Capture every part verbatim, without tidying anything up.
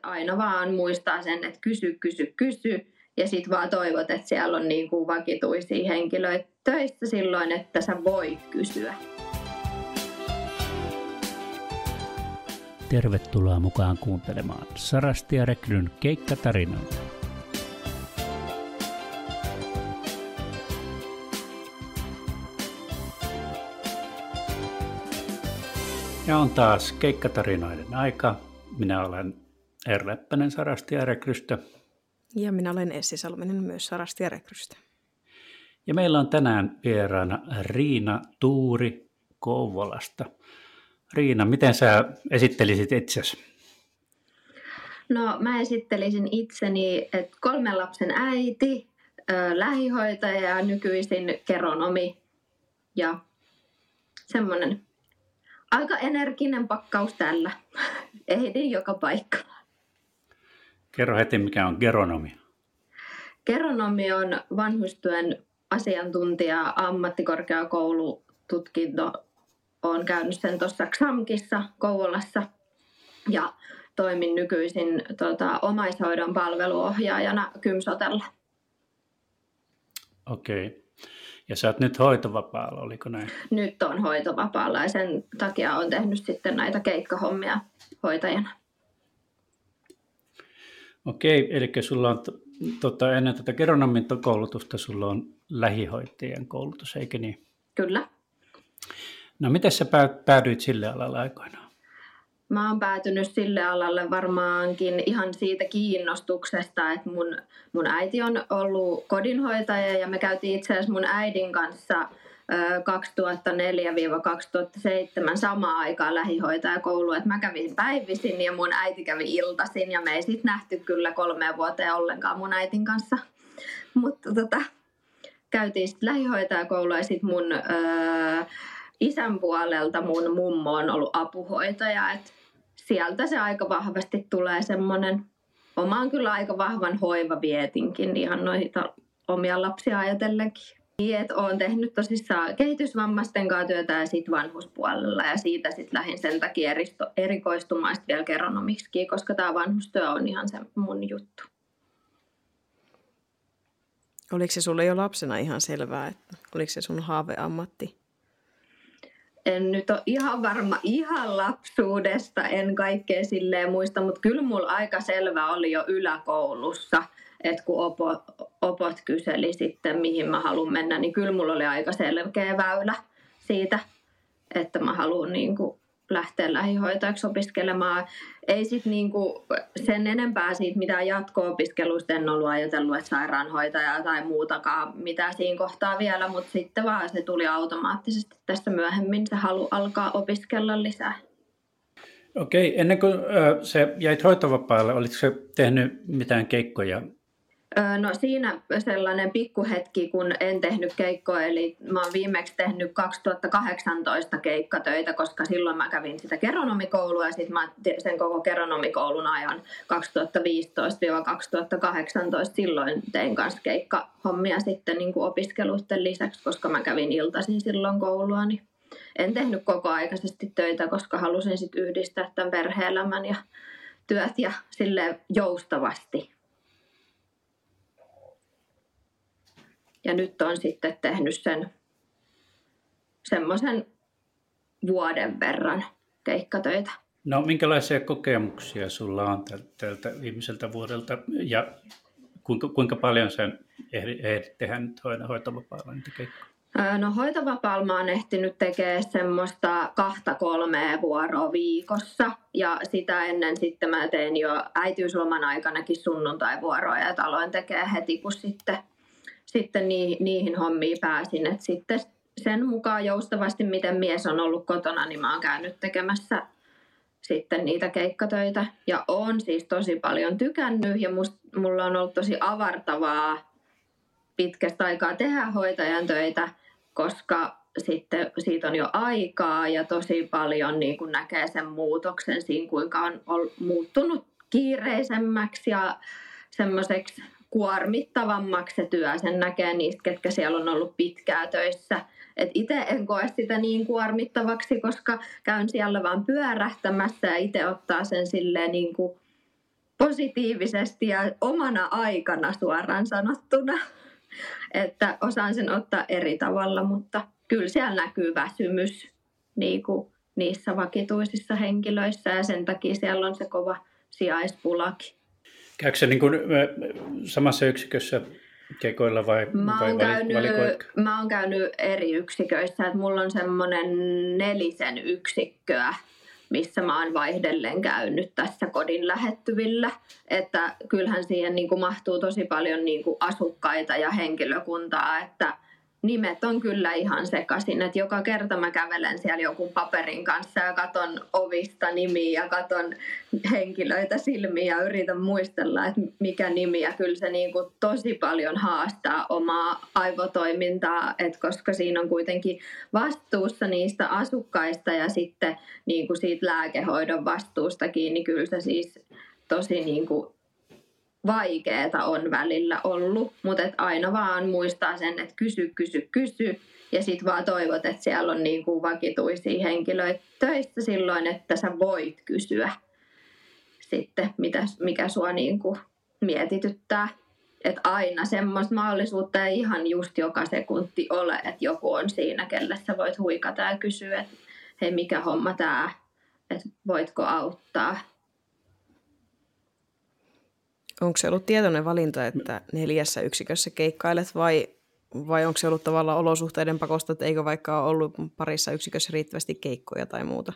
aina vaan muistaa sen, että kysy, kysy, kysy. Ja sit vaan toivot, että siellä on niin kuin vakituisia henkilöitä töissä silloin, että sä voit kysyä. Tervetuloa mukaan kuuntelemaan Sarasti ja Rekryn keikkatarinoita. Ja on taas keikkatarinoiden aika. Minä olen Eero Leppänen Sarasti ja Rekrystä. Ja minä olen Essi Salminen myös Sarasti ja Rekrystä. Ja meillä on tänään vieraana Riina Tuuri Kouvolasta. Riina, miten sä esittelisit itsesi? No mä esittelisin itseni, että kolmen lapsen äiti, lähihoitaja ja nykyisin geronomi ja semmoinen aika energinen pakkaus tällä. Ehdin joka paikkaan. Kerro heti, mikä on geronomi. Geronomi on vanhustyön asiantuntija, ammattikorkeakoulututkinto. Olen käynyt sen tuossa XAMKissa Kouvolassa ja toimin nykyisin tota, omaishoidon palveluohjaajana Kymsotella. Okei. Ja sä oot nyt hoitovapaalla, oliko näin? Nyt on hoitovapaalla ja sen takia olen tehnyt sitten näitä keikkahommia hoitajana. Okei, eli sulla on tota, ennen tätä geronomin koulutusta sulla on lähihoitajien koulutus, eikö niin? Kyllä. No miten sä päädyit sille alalle aikoinaan? Mä oon päätynyt sille alalle varmaankin ihan siitä kiinnostuksesta, että mun, mun äiti on ollut kodinhoitaja ja me käytiin itse asiassa mun äidin kanssa kaksituhattaneljä kaksituhattaseitsemän samaan aikaan lähihoitajakoulu, että mä kävin päivisin ja mun äiti kävi iltaisin ja me ei sit nähty kyllä kolmeen vuoteen ollenkaan mun äitin kanssa, mutta tota, käytiin sitten lähihoitajakoulua ja sit mun öö, isän puolelta mun mummo on ollut apuhoitaja, että sieltä se aika vahvasti tulee semmoinen, omaan kyllä aika vahvan hoivavietinkin ihan noita omia lapsia ajatellenkin. Että olen tehnyt tosissaan kehitysvammaisten kanssa työtä ja sitten vanhuspuolella ja siitä sitten lähdin sen takia erikoistumaan vielä geronomiksi, koska tämä vanhustyö on ihan se mun juttu. Oliko se sulle jo lapsena ihan selvää, että oliko se sun haaveammatti? En nyt ole ihan varma ihan lapsuudesta, en kaikkea silleen muista, mutta kyllä mulla aika selvä oli jo yläkoulussa, että kun opot, opot kyseli sitten, mihin mä haluan mennä, niin kyllä mulla oli aika selkeä väylä siitä, että mä haluan niin kuin lähteä lähihoitajaksi opiskelemaan. Ei sitten niin kuin sen enempää siitä mitään jatko-opiskeluista en ollut ajatellut, että sairaanhoitajaa tai muutakaan mitä siinä kohtaa vielä, mutta sitten vaan se tuli automaattisesti tässä myöhemmin, se halu alkaa opiskella lisää. Okei, ennen kuin se jäit hoitovapaalle, olitko se tehnyt mitään keikkoja? No siinä sellainen pikkuhetki, kun en tehnyt keikkoa, eli mä oon viimeksi tehnyt kaksituhattakahdeksantoista keikkatöitä, koska silloin mä kävin sitä geronomikoulua ja sitten mä sen koko geronomikoulun ajan kaksituhattaviisitoista kaksituhattakahdeksantoista silloin tein kanssa keikkahommia sitten niin kuin opiskeluiden lisäksi, koska mä kävin iltaisin silloin koulua, niin en tehnyt kokoaikaisesti töitä, koska halusin sitten yhdistää tämän perhe-elämän ja työt ja silleen joustavasti. Ja nyt on sitten tehnyt sen semmoisen vuoden verran keikkatöitä. No minkälaisia kokemuksia sulla on tältä viimeiseltä vuodelta ja kuinka, kuinka paljon sen ehdit tehdä nyt hoitovapaalla niitä keikkoja? No hoitovapaalla mä oon ehtinyt tekemään semmoista kahta kolmea vuoroa viikossa ja sitä ennen sitten mä tein jo äitiysloman aikanakin sunnuntaivuoroja ja aloin tekemään heti kun sitten Sitten niihin hommiin pääsin, että sitten sen mukaan joustavasti, miten mies on ollut kotona, niin mä oon käynyt tekemässä sitten niitä keikkatöitä. Ja oon siis tosi paljon tykännyt ja must, mulla on ollut tosi avartavaa pitkästä aikaa tehdä hoitajan töitä, koska sitten siitä on jo aikaa ja tosi paljon niin kun näkee sen muutoksen siinä, kuinka on, on muuttunut kiireisemmäksi ja semmoiseksi kuormittavammaksi se työ. Sen näkee niistä, ketkä siellä on ollut pitkää töissä. Et itse en koe sitä niin kuormittavaksi, koska käyn siellä vaan pyörähtämässä ja itse ottaa sen silleen niin kuin positiivisesti ja omana aikana suoraan sanottuna, että osaan sen ottaa eri tavalla, mutta kyllä siellä näkyy väsymys niin kuin niissä vakituisissa henkilöissä ja sen takia siellä on se kova sijaispulakin. Käykö se niin kuin samassa yksikössä keikoilla vai, mä vai käynyt, valikoitko? Mä oon käynyt eri yksiköissä, että mulla on semmoinen nelisen yksikköä, missä mä oon vaihdellen käynyt tässä kodin lähettyvillä. Että kyllähän siihen niin kuin mahtuu tosi paljon niin kuin asukkaita ja henkilökuntaa, että nimet on kyllä ihan sekaisin, että joka kerta mä kävelen siellä joku paperin kanssa ja katon ovista nimiä ja katon henkilöitä silmiä ja yritän muistella, että mikä nimi. Ja kyllä se niin kuin tosi paljon haastaa omaa aivotoimintaa, että koska siinä on kuitenkin vastuussa niistä asukkaista ja sitten niin kuin siitä lääkehoidon vastuustakin, niin kyllä se siis tosi niin kuin vaikeeta on välillä ollut, mutta et aina vaan muistaa sen, että kysy, kysy, kysy. Ja sit vaan toivot, että siellä on niinku vakituisia henkilöitä töissä silloin, että sä voit kysyä sitten, mitä, mikä sua niinku mietityttää. Että aina semmoista mahdollisuutta ei ihan just joka sekunti ole, että joku on siinä, kelle sä voit huikata ja kysyä, että hei, mikä homma tää, että voitko auttaa. Onko se ollut tietoinen valinta, että neljässä yksikössä keikkailet vai, vai onko se ollut tavallaan olosuhteiden pakosta, että eikö vaikka ole ollut parissa yksikössä riittävästi keikkoja tai muuta?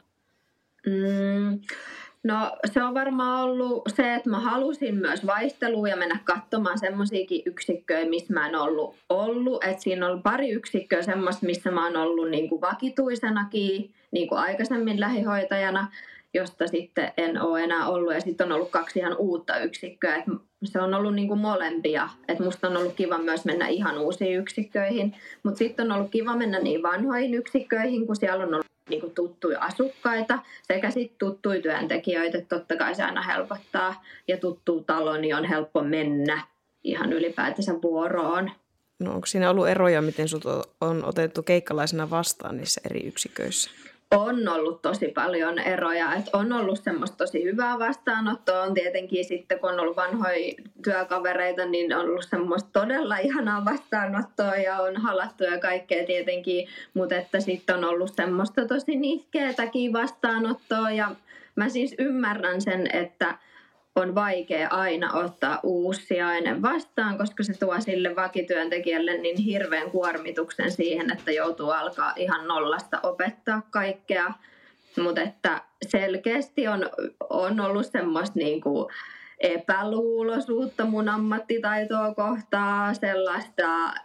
Mm, no se on varmaan ollut se, että mä halusin myös vaihtelua ja mennä katsomaan semmoisiakin yksikköjä, missä mä en ollut ollut. Et siinä on pari yksikköä semmoista, missä mä oon ollut niin kuin vakituisenakin, niin kuin aikaisemmin lähihoitajana, josta sitten en ole enää ollut. Ja sitten on ollut kaksi ihan uutta yksikköä. Et se on ollut niinku molempia. Et musta on ollut kiva myös mennä ihan uusiin yksikköihin. Mutta sitten on ollut kiva mennä niin vanhoihin yksikköihin, kun siellä on ollut niinku tuttuja asukkaita sekä sitten tuttuja työntekijöitä. Et totta kai se aina helpottaa. Ja tuttuun talo, niin on helppo mennä ihan ylipäätänsä vuoroon. No onko siinä ollut eroja, miten sut on otettu keikkalaisena vastaan niissä eri yksiköissä? On ollut tosi paljon eroja, että on ollut semmoista tosi hyvää vastaanottoa, on tietenkin sitten kun on ollut vanhoja työkavereita, niin on ollut semmoista todella ihanaa vastaanottoa ja on halattu ja kaikkea tietenkin, mutta että sitten on ollut semmoista tosi nihkeätäkin vastaanottoa ja mä siis ymmärrän sen, että on vaikea aina ottaa uusi sijainen vastaan, koska se tuo sille vakityöntekijälle niin hirveän kuormituksen siihen, että joutuu alkaa ihan nollasta opettaa kaikkea. Mutta että selkeästi on, on ollut semmoista niinku epäluuloisuutta mun ammattitaitoa kohtaan, sellaista,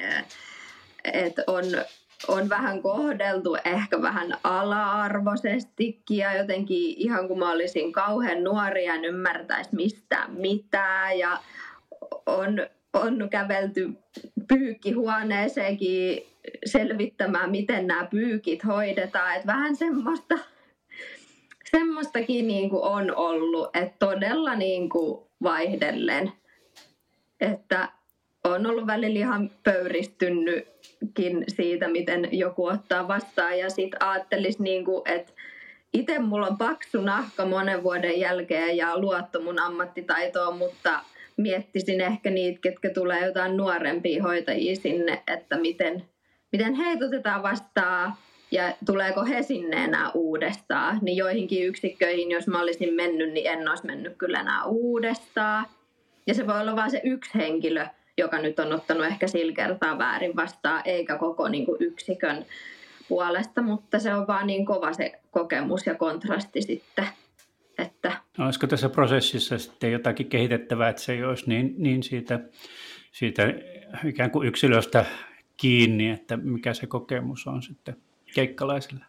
että on... on vähän kohdeltu ehkä vähän ala-arvoisestikin ja jotenkin ihan kun mä olisin kauhean nuori ja en ymmärtäisi mistään mitään ja on, on kävelty pyykkihuoneeseenkin selvittämään, miten nämä pyykit hoidetaan. Et vähän semmoista, semmoistakin niin kuin on ollut, että todella niin kuin vaihdellen, että on ollut välillä ihan pöyristynytkin siitä, miten joku ottaa vastaan. Ja sitten ajattelisi, niin kuin, että itse mulla on paksu nahka monen vuoden jälkeen ja luotto mun ammattitaitoon, mutta miettisin ehkä niitä, ketkä tulee jotain nuorempia hoitajia sinne, että miten, miten heitä otetaan vastaan ja tuleeko he sinne enää uudestaan. Niin joihinkin yksikköihin, jos mä olisin mennyt, niin en olisi mennyt kyllä enää uudestaan. Ja se voi olla vain se yksi henkilö, joka nyt on ottanut ehkä sillä kertaa väärin vastaan, eikä koko niin kuin yksikön puolesta, mutta se on vaan niin kova se kokemus ja kontrasti sitten. Että... Olisiko tässä prosessissa sitten jotakin kehitettävää, että se ei olisi niin, niin siitä, siitä ikään kuin yksilöstä kiinni, että mikä se kokemus on sitten keikkalaisella?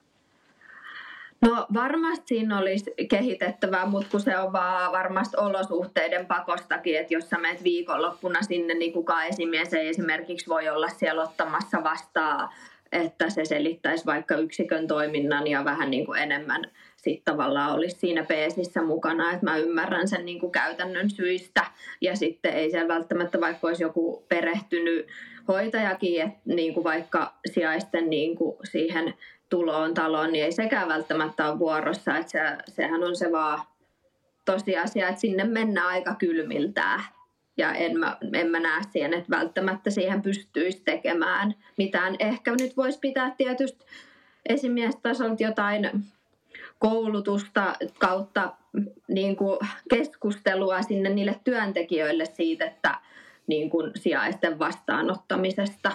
No varmasti siinä olisi kehitettävää, mutta kun se on vaan varmasti olosuhteiden pakostakin, että jos sä menet viikonloppuna sinne, niin kukaan esimies ei esimerkiksi voi olla siellä ottamassa vastaan, että se selittäisi vaikka yksikön toiminnan ja vähän niin kuin enemmän sitten tavallaan olisi siinä peesissä mukana, että mä ymmärrän sen niin kuin käytännön syistä ja sitten ei siellä välttämättä vaikka olisi joku perehtynyt hoitajakin, että niin kuin vaikka sijaisten niin kuin siihen tuloon taloon, niin ei sekään välttämättä ole vuorossa, että se, sehän on se vaan tosiasia, että sinne mennään aika kylmiltään. Ja en mä, en mä näe siihen, että välttämättä siihen pystyisi tekemään mitään. Ehkä nyt voisi pitää tietysti esimiestasolta jotain koulutusta kautta niin kuin keskustelua sinne niille työntekijöille siitä, että niin kuin sijaisten vastaanottamisesta.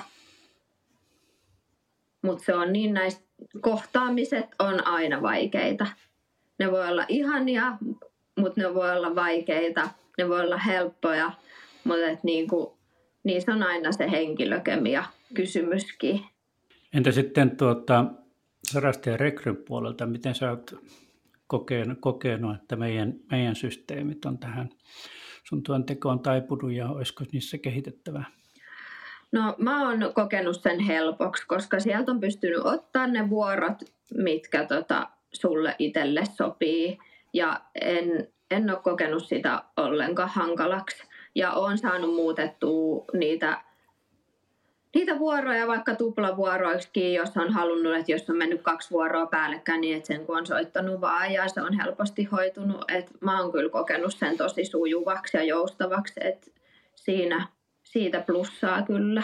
Mutta se on niin, näistä kohtaamiset on aina vaikeita. Ne voi olla ihania, mutta ne voi olla vaikeita. Ne voi olla helppoja, mutta et niinku, niissä on aina se henkilökemia kysymyskin. Entä sitten tuota, Sarasta ja Rekryn puolelta, miten sä oot kokenut, kokenut että meidän, meidän systeemit on tähän sun työntekoon taipunut ja olisiko niissä kehitettävää? No mä oon kokenut sen helpoksi, koska sieltä on pystynyt ottaa ne vuorot, mitkä tota, sulle itselle sopii ja en, en ole kokenut sitä ollenkaan hankalaksi. Ja olen saanut muutettua niitä, niitä vuoroja vaikka tuplavuoroiksikin, jos on halunnut, että jos on mennyt kaksi vuoroa päällekkäin, niin että sen kun on soittanut vaan ja se on helposti hoitunut. Et mä oon kyllä kokenut sen tosi sujuvaksi ja joustavaksi, että siinä, siitä plussaa kyllä.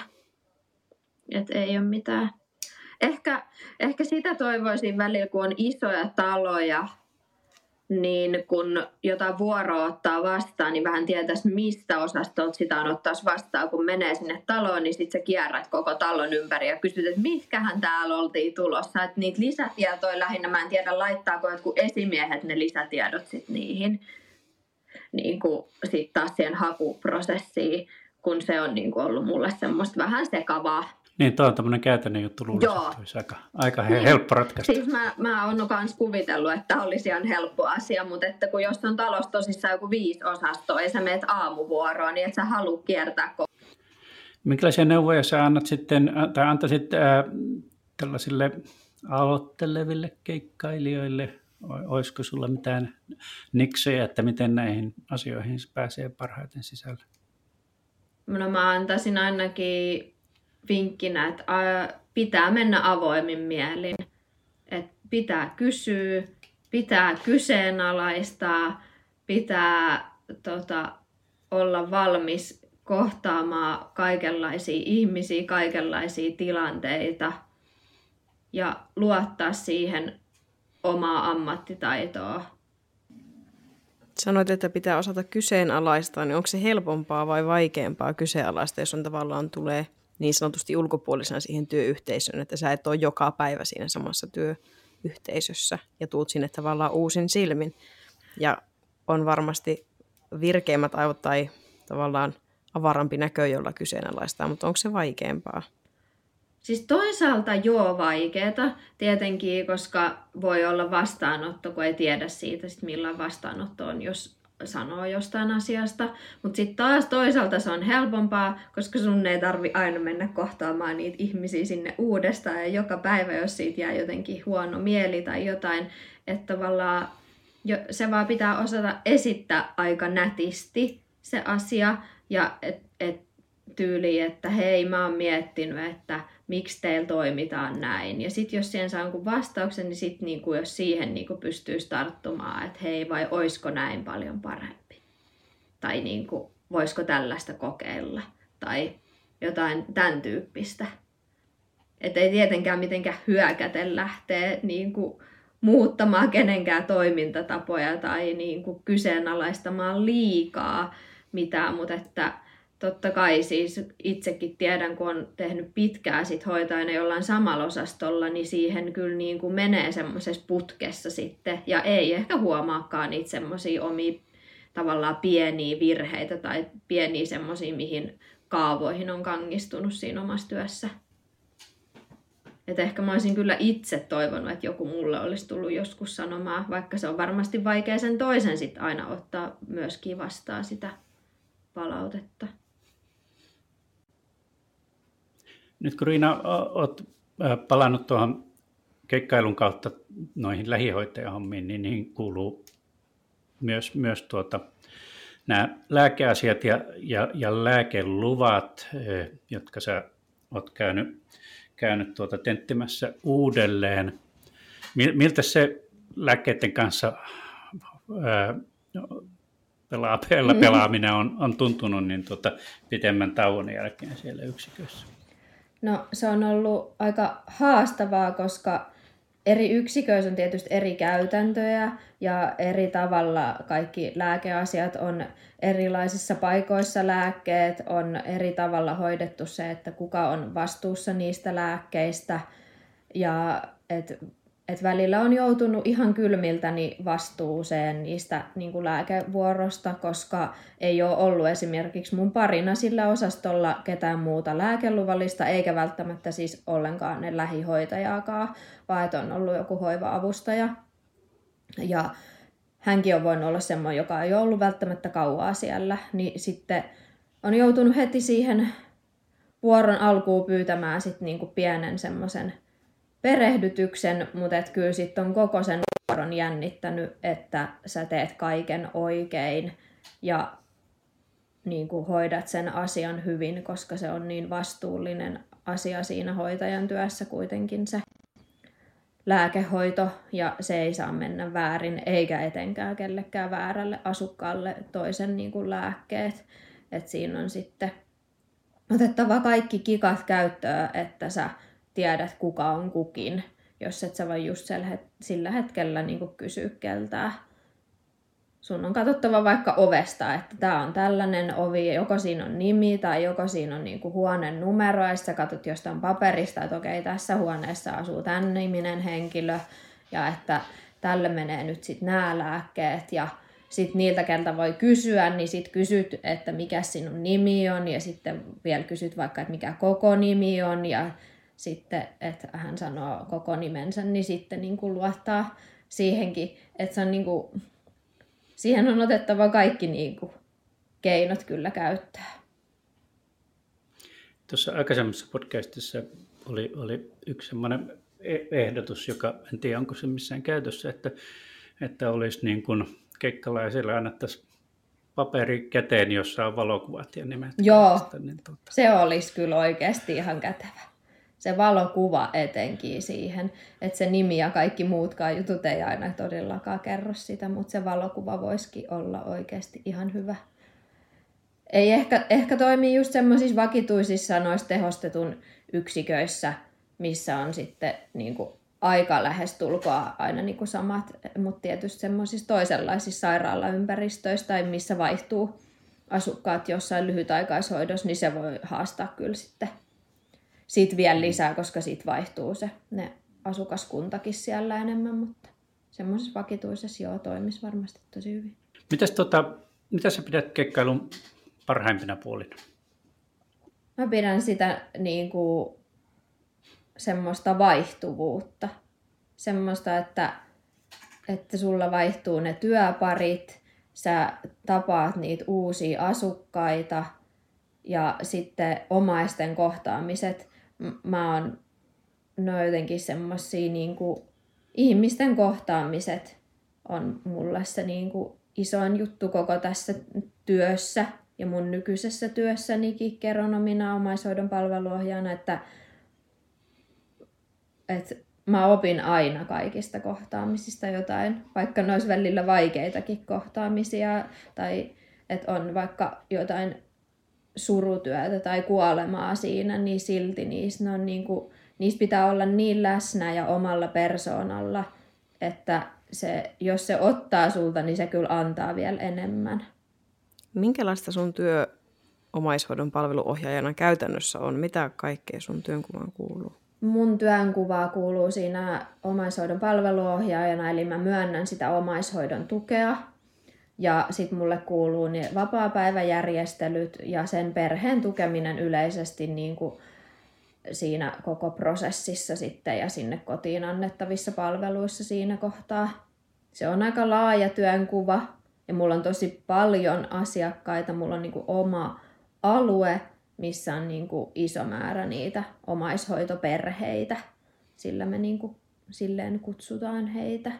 Et ei ole mitään. Ehkä, ehkä sitä toivoisin välillä, kun on isoja taloja, niin kun jotain vuoroa ottaa vastaan, niin vähän tietäisi, mistä osastolta sitä on ottaisi vastaan. Kun menee sinne taloon, niin sitten sä kierrät koko talon ympäri ja kysyt, että mitkähän täällä oltiin tulossa. Että niitä lisätietoja lähinnä, mä en tiedä laittaako jotkut esimiehet ne lisätiedot sitten niihin, niin kuin sitten taas siihen hakuprosessiin, kun se on niin kuin ollut mulle semmoista vähän sekavaa. Niin, tuo on tämmöinen käytännön juttu, luulisin, että olisi aika, aika niin. helppo ratkaista. Siis mä, mä oon myös kuvitellut, että olisi ihan helppo asia, mutta että kun jos on talossa tosissaan joku viisi osastoa ja sä menet aamuvuoroon, niin et sä halua kiertää koko. Minkälaisia neuvoja sä annat sitten, tai antaisit äh, tällaisille aloitteleville keikkailijoille? Olisiko sulla mitään niksejä, että miten näihin asioihin pääsee parhaiten sisälle? No mä antaisin ainakin vinkkinä, että pitää mennä avoimin mielin. Että pitää kysyä, pitää kyseenalaistaa, pitää tota, olla valmis kohtaamaan kaikenlaisia ihmisiä, kaikenlaisia tilanteita ja luottaa siihen omaa ammattitaitoa. Sanoit, että pitää osata kyseenalaistaa, niin onko se helpompaa vai vaikeampaa kyseenalaista, jos on tavallaan tulee niin sanotusti ulkopuolisena siihen työyhteisöön, että sä et ole joka päivä siinä samassa työyhteisössä ja tuut sinne tavallaan uusin silmin. Ja on varmasti virkeimmät aivot tai tavallaan avarampi näkö, jolla kyseenalaistaa, mutta onko se vaikeampaa? Siis toisaalta joo vaikeeta tietenkin, koska voi olla vastaanotto, kun ei tiedä siitä, sit millään vastaanotto on, jos sanoo jostain asiasta. Mutta sitten taas toisaalta se on helpompaa, koska sun ei tarvi aina mennä kohtaamaan niitä ihmisiä sinne uudestaan. Ja joka päivä, jos siitä jää jotenkin huono mieli tai jotain, että tavallaan se vaan pitää osata esittää aika nätisti se asia. Ja et, et tyyli, että hei, mä oon miettinyt, että miksi teillä toimitaan näin. Ja sitten jos siihen saa jonkun vastauksen, niin sitten niinku, jos siihen niinku pystyisi tarttumaan, että hei, vai oisko näin paljon parempi? Tai niinku, voisiko tällaista kokeilla? Tai jotain tämän tyyppistä. Että ei tietenkään mitenkään hyökäten lähtee niinku, muuttamaan kenenkään toimintatapoja tai niinku, kyseenalaistamaan liikaa mitään, mutta että totta kai siis itsekin tiedän, kun on tehnyt pitkää sit hoitajana jollain samalla osastolla, niin siihen kyllä niin kuin menee semmoisessa putkessa sitten. Ja ei ehkä huomaakaan niitä semmoisia omia tavallaan pieniä virheitä tai pieniä semmoisia, mihin kaavoihin on kangistunut siinä omassa työssä. Et ehkä mä olisin kyllä itse toivonut, että joku mulle olisi tullut joskus sanomaan, vaikka se on varmasti vaikea sen toisen sitten aina ottaa myöskin vastaan sitä palautetta. Nyt kun Riina olet palannut tuohon keikkailun kautta noihin lähihoitajahommiin, niin niihin kuuluu myös, myös tuota, nämä lääkeasiat ja, ja, ja lääkeluvat, jotka sä olet käynyt, käynyt tuota tenttimässä uudelleen. Miltä se lääkkeiden kanssa ää, pelaa, pela, pelaaminen on, on tuntunut niin tuota, pitemmän tauon jälkeen siellä yksikössä? No se on ollut aika haastavaa, koska eri yksiköissä on tietysti eri käytäntöjä ja eri tavalla kaikki lääkeasiat on erilaisissa paikoissa, lääkkeet on eri tavalla hoidettu se, että kuka on vastuussa niistä lääkkeistä ja et, et välillä on joutunut ihan kylmiltäni vastuuseen niistä niin kuin lääkevuorosta, koska ei ole ollut esimerkiksi mun parina sillä osastolla ketään muuta lääkeluvallista, eikä välttämättä siis ollenkaan ne lähihoitajaakaan, vaan että on ollut joku hoiva-avustaja. Ja hänkin on voinut olla semmoinen, joka ei ole ollut välttämättä kauaa siellä, niin sitten on joutunut heti siihen vuoron alkuun pyytämään sit niinku pienen semmoisen perehdytyksen, mutta et kyllä sitten on koko sen vuoron jännittänyt, että sä teet kaiken oikein ja niin kuin hoidat sen asian hyvin, koska se on niin vastuullinen asia siinä hoitajan työssä kuitenkin se lääkehoito ja se ei saa mennä väärin eikä etenkään kellekään väärälle asukkaalle toisen niin kuin lääkkeet. Et siinä on sitten otettava kaikki kikat käyttöön, että sä tiedät kuka on kukin, jos et sä voi just sillä hetkellä niin kuin kysy keltään. Sun on katsottava vaikka ovesta, että tää on tällainen ovi, joko siinä on nimi tai joko siinä on niinku huoneen numero, ja sä katsot jostain paperista, että okei, tässä huoneessa asuu tän niminen henkilö, ja että tälle menee nyt sit nämä lääkkeet, ja sitten niiltä, keltä voi kysyä, niin sit kysyt, että mikä sinun nimi on, ja sitten vielä kysyt vaikka, että mikä koko nimi on, ja sitten, että hän sanoo koko nimensä, niin sitten niinku luottaa siihenkin, että se on niinku siihen on otettava kaikki niin kuin, keinot kyllä käyttää. Tuossa aikaisemmassa podcastissa oli, oli yksi sellainen ehdotus, joka en tiedä onko se missään käytössä, että, että olisi niin kuin keikkalaisille annettaisiin paperi käteen, jossa on valokuvat ja nimet. Joo, niin tuota. Se olisi kyllä oikeasti ihan kätevä. Se valokuva etenkin siihen, että se nimi ja kaikki muutkaan jutut ei aina todellakaan kerro sitä, mutta se valokuva voisikin olla oikeasti ihan hyvä. Ei ehkä, ehkä toimii just semmoisissa vakituisissa noissa tehostetun yksiköissä, missä on sitten niin kuin aika lähestulkoa aina niin kuin samat, mutta tietysti semmoisissa toisenlaisissa sairaalaympäristöissä tai missä vaihtuu asukkaat jossain lyhytaikaishoidossa, niin se voi haastaa kyllä sitten siitä vielä lisää, koska siitä vaihtuu se ne asukaskuntakin siellä enemmän, mutta semmoisessa vakituisessa joo toimisi varmasti tosi hyvin. Mitäs tota, mitä sä pidät keikkailun parhaimpina puolina? Mä pidän sitä niin kuin semmoista vaihtuvuutta. Semmoista, että, että sulla vaihtuu ne työparit, sä tapaat niitä uusia asukkaita ja sitten omaisten kohtaamiset. Mä oon no jotenkin semmosia niinku ihmisten kohtaamiset on mulle se niinku isoin juttu koko tässä työssä ja mun nykyisessä työssänikin geronomina omaishoidon palveluohjaajana, että, että mä opin aina kaikista kohtaamisista jotain, vaikka ne olisi välillä vaikeitakin kohtaamisia tai että on vaikka jotain surutyötä tai kuolemaa siinä, niin silti niissä, on niin kuin, niissä pitää olla niin läsnä ja omalla persoonalla, että se, jos se ottaa sulta, niin se kyllä antaa vielä enemmän. Minkälaista sun työ omaishoidon palveluohjaajana käytännössä on? Mitä kaikkea sun työnkuvaan kuuluu? Mun työnkuvaa kuuluu siinä omaishoidon palveluohjaajana, eli mä myönnän sitä omaishoidon tukea. Ja sitten mulle kuuluu ne vapaapäiväjärjestelyt ja sen perheen tukeminen yleisesti niin kuin siinä koko prosessissa sitten ja sinne kotiin annettavissa palveluissa siinä kohtaa. Se on aika laaja työnkuva ja mulla on tosi paljon asiakkaita. Mulla on niin kuin oma alue, missä on niin kuin iso määrä niitä omaishoitoperheitä. Sillä me niin kuin, silleen kutsutaan heitä.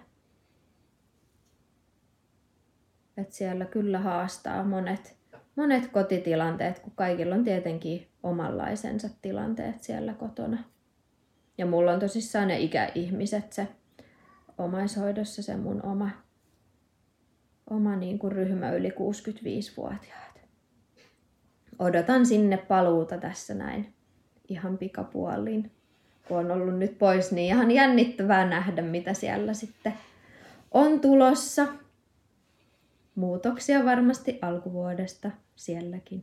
Että siellä kyllä haastaa monet, monet kotitilanteet, kun kaikilla on tietenkin omanlaisensa tilanteet siellä kotona. Ja mulla on tosissaan ne ikäihmiset se omaishoidossa, se mun oma, oma niin kuin ryhmä yli kuusikymmentäviisivuotiaat. Odotan sinne paluuta tässä näin ihan pikapuoliin. Kun on ollut nyt pois, niin ihan jännittävää nähdä, mitä siellä sitten on tulossa. Muutoksia varmasti alkuvuodesta sielläkin.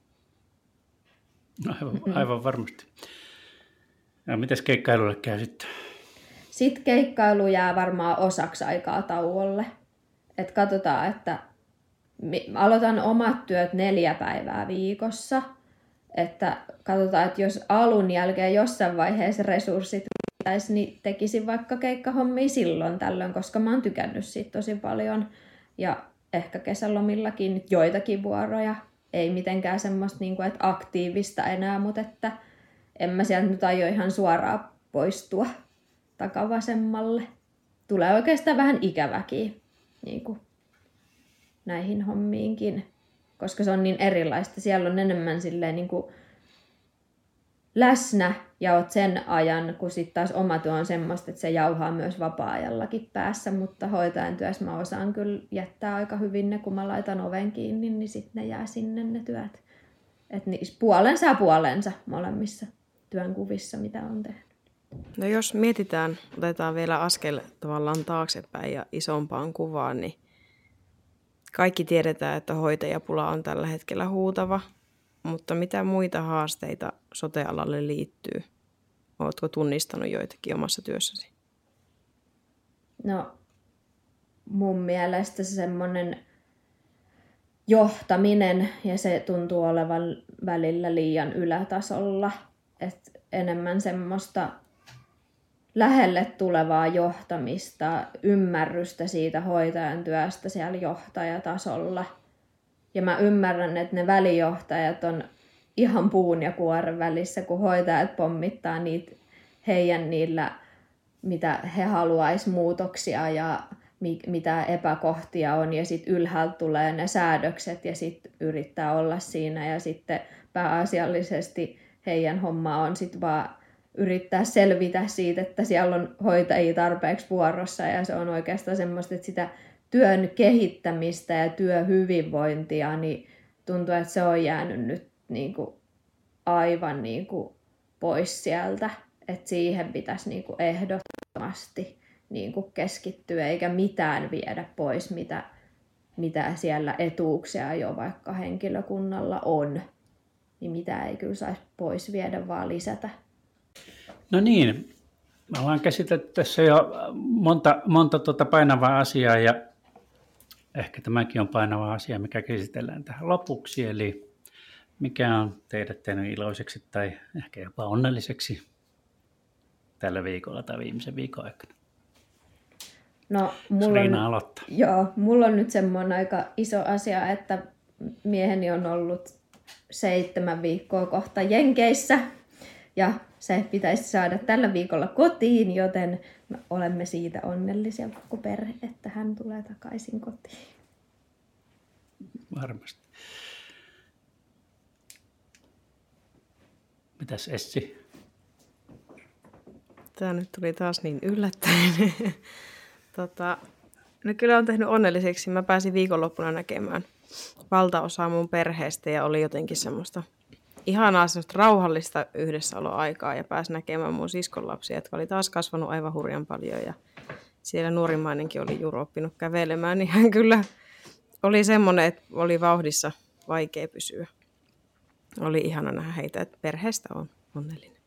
Aivan, aivan varmasti. Ja mitäs keikkailulle käy sitten? Sitten keikkailu jää varmaan osaksi aikaa tauolle. Et katsotaan, että aloitan omat työt neljä päivää viikossa. Että katsotaan, että jos alun jälkeen jossain vaiheessa resurssit riittäisi, niin tekisin vaikka keikkahommia silloin tällöin, koska mä oon tykännyt siitä tosi paljon. Ja ehkä kesälomillakin joitakin vuoroja. Ei mitenkään semmoista niin kuin, että aktiivista enää, mutta että en mä sieltä nyt aio ihan suoraan poistua takavasemmalle. Tulee oikeastaan vähän ikäväkin niin kuin näihin hommiinkin, koska se on niin erilaista. Siellä on enemmän silleen niin kuin läsnä ja oot sen ajan, kun sitten taas oma työ on semmoista, että se jauhaa myös vapaa-ajallakin päässä, mutta hoitajan työssä mä osaan kyllä jättää aika hyvin ne, kun mä laitan oven kiinni, niin sitten ne jää sinne ne työt. Että niissä puolensa ja puolensa molemmissa työnkuvissa, mitä on tehnyt. No jos mietitään, otetaan vielä askel tavallaan taaksepäin ja isompaan kuvaan, niin kaikki tiedetään, että hoitajapula on tällä hetkellä huutava, mutta mitä muita haasteita sote-alalle liittyy? Oletko tunnistanut joitakin omassa työssäsi? No mun mielestä se semmoinen johtaminen, ja se tuntuu olevan välillä liian ylätasolla, että enemmän semmoista lähelle tulevaa johtamista, ymmärrystä siitä hoitajan työstä siellä johtajatasolla. Ja mä ymmärrän, että ne välijohtajat on ihan puun ja kuoren välissä, kun hoitajat pommittaa niitä heidän niillä, mitä he haluaisi muutoksia ja mi- mitä epäkohtia on. Ja sitten ylhäältä tulee ne säädökset ja sitten yrittää olla siinä. Ja sitten pääasiallisesti heidän homma on sitten vaan yrittää selvitä siitä, että siellä on hoitajia tarpeeksi vuorossa. Ja se on oikeastaan semmoista, että sitä työn kehittämistä ja työhyvinvointia, niin tuntuu, että se on jäänyt nyt niin kuin aivan niin kuin pois sieltä. Että siihen pitäisi niin kuin ehdottomasti niin kuin keskittyä, eikä mitään viedä pois, mitä, mitä siellä etuuksia jo vaikka henkilökunnalla on. Niin mitä ei kyllä saisi pois viedä, vaan lisätä. No niin, me ollaan käsitelty tässä jo monta, monta tuota painavaa asiaa ja ehkä tämäkin on painava asia, mikä käsitellään tähän lopuksi. Eli mikä on teidät tehnyt iloiseksi tai ehkä jopa onnelliseksi tällä viikolla tai viimeisen viikon aikana? No, mulla Riina on, aloittaa. Joo, mulla on nyt semmoinen aika iso asia, että mieheni on ollut seitsemän viikkoa kohta Jenkeissä. Ja se pitäisi saada tällä viikolla kotiin, joten me olemme siitä onnellisia koko perhe, että hän tulee takaisin kotiin. Varmasti. Mitäs Essi? Tämä nyt tuli taas niin yllättäen. tota, no kyllä on tehnyt onnelliseksi. Mä pääsin viikonloppuna näkemään valtaosaa mun perheestä ja oli jotenkin semmoista ihanaa semmoista rauhallista yhdessäoloaikaa ja pääsi näkemään mun siskon lapsia, jotka oli taas kasvanut aivan hurjan paljon ja siellä nuorimmainenkin oli juuri oppinut kävelemään, niin hän kyllä oli semmoinen, että oli vauhdissa vaikea pysyä. Oli ihana nähdä heitä, että perheestä on onnellinen.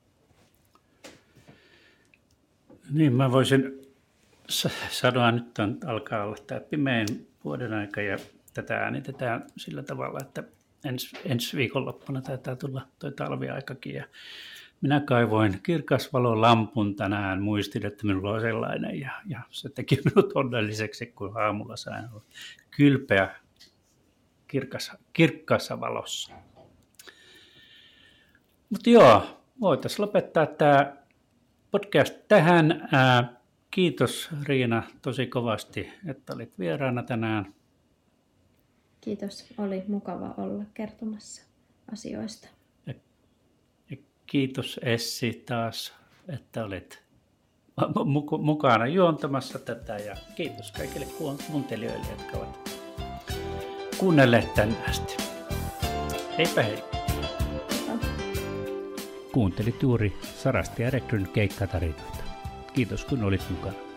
Niin, mä voisin sanoa, nyt on, alkaa olla tämä pimeän vuoden aika ja tätä äänitetään sillä tavalla, että Ens, ensi viikonloppuna taitaa tulla tuo talviaikakin ja minä kaivoin kirkasvalolampun tänään, muistin, että minulla on sellainen ja, ja se teki minut onnelliseksi, kun aamulla sain olla kylpeä kirkassa, kirkkaassa valossa. Mutta joo, voitaisiin lopettaa tämä podcast tähän. Ää, kiitos Riina tosi kovasti, että olit vieraana tänään. Kiitos, oli mukava olla kertomassa asioista. Ja, ja kiitos Essi taas, että olet mukana juontamassa tätä ja kiitos kaikille kuuntelijoille, jotka ovat kuunnelleet tänne asti. Heipä hei! Kuuntelit juuri Sarasti ja Rekryn keikkatarinoita. Kiitos kun olit mukana.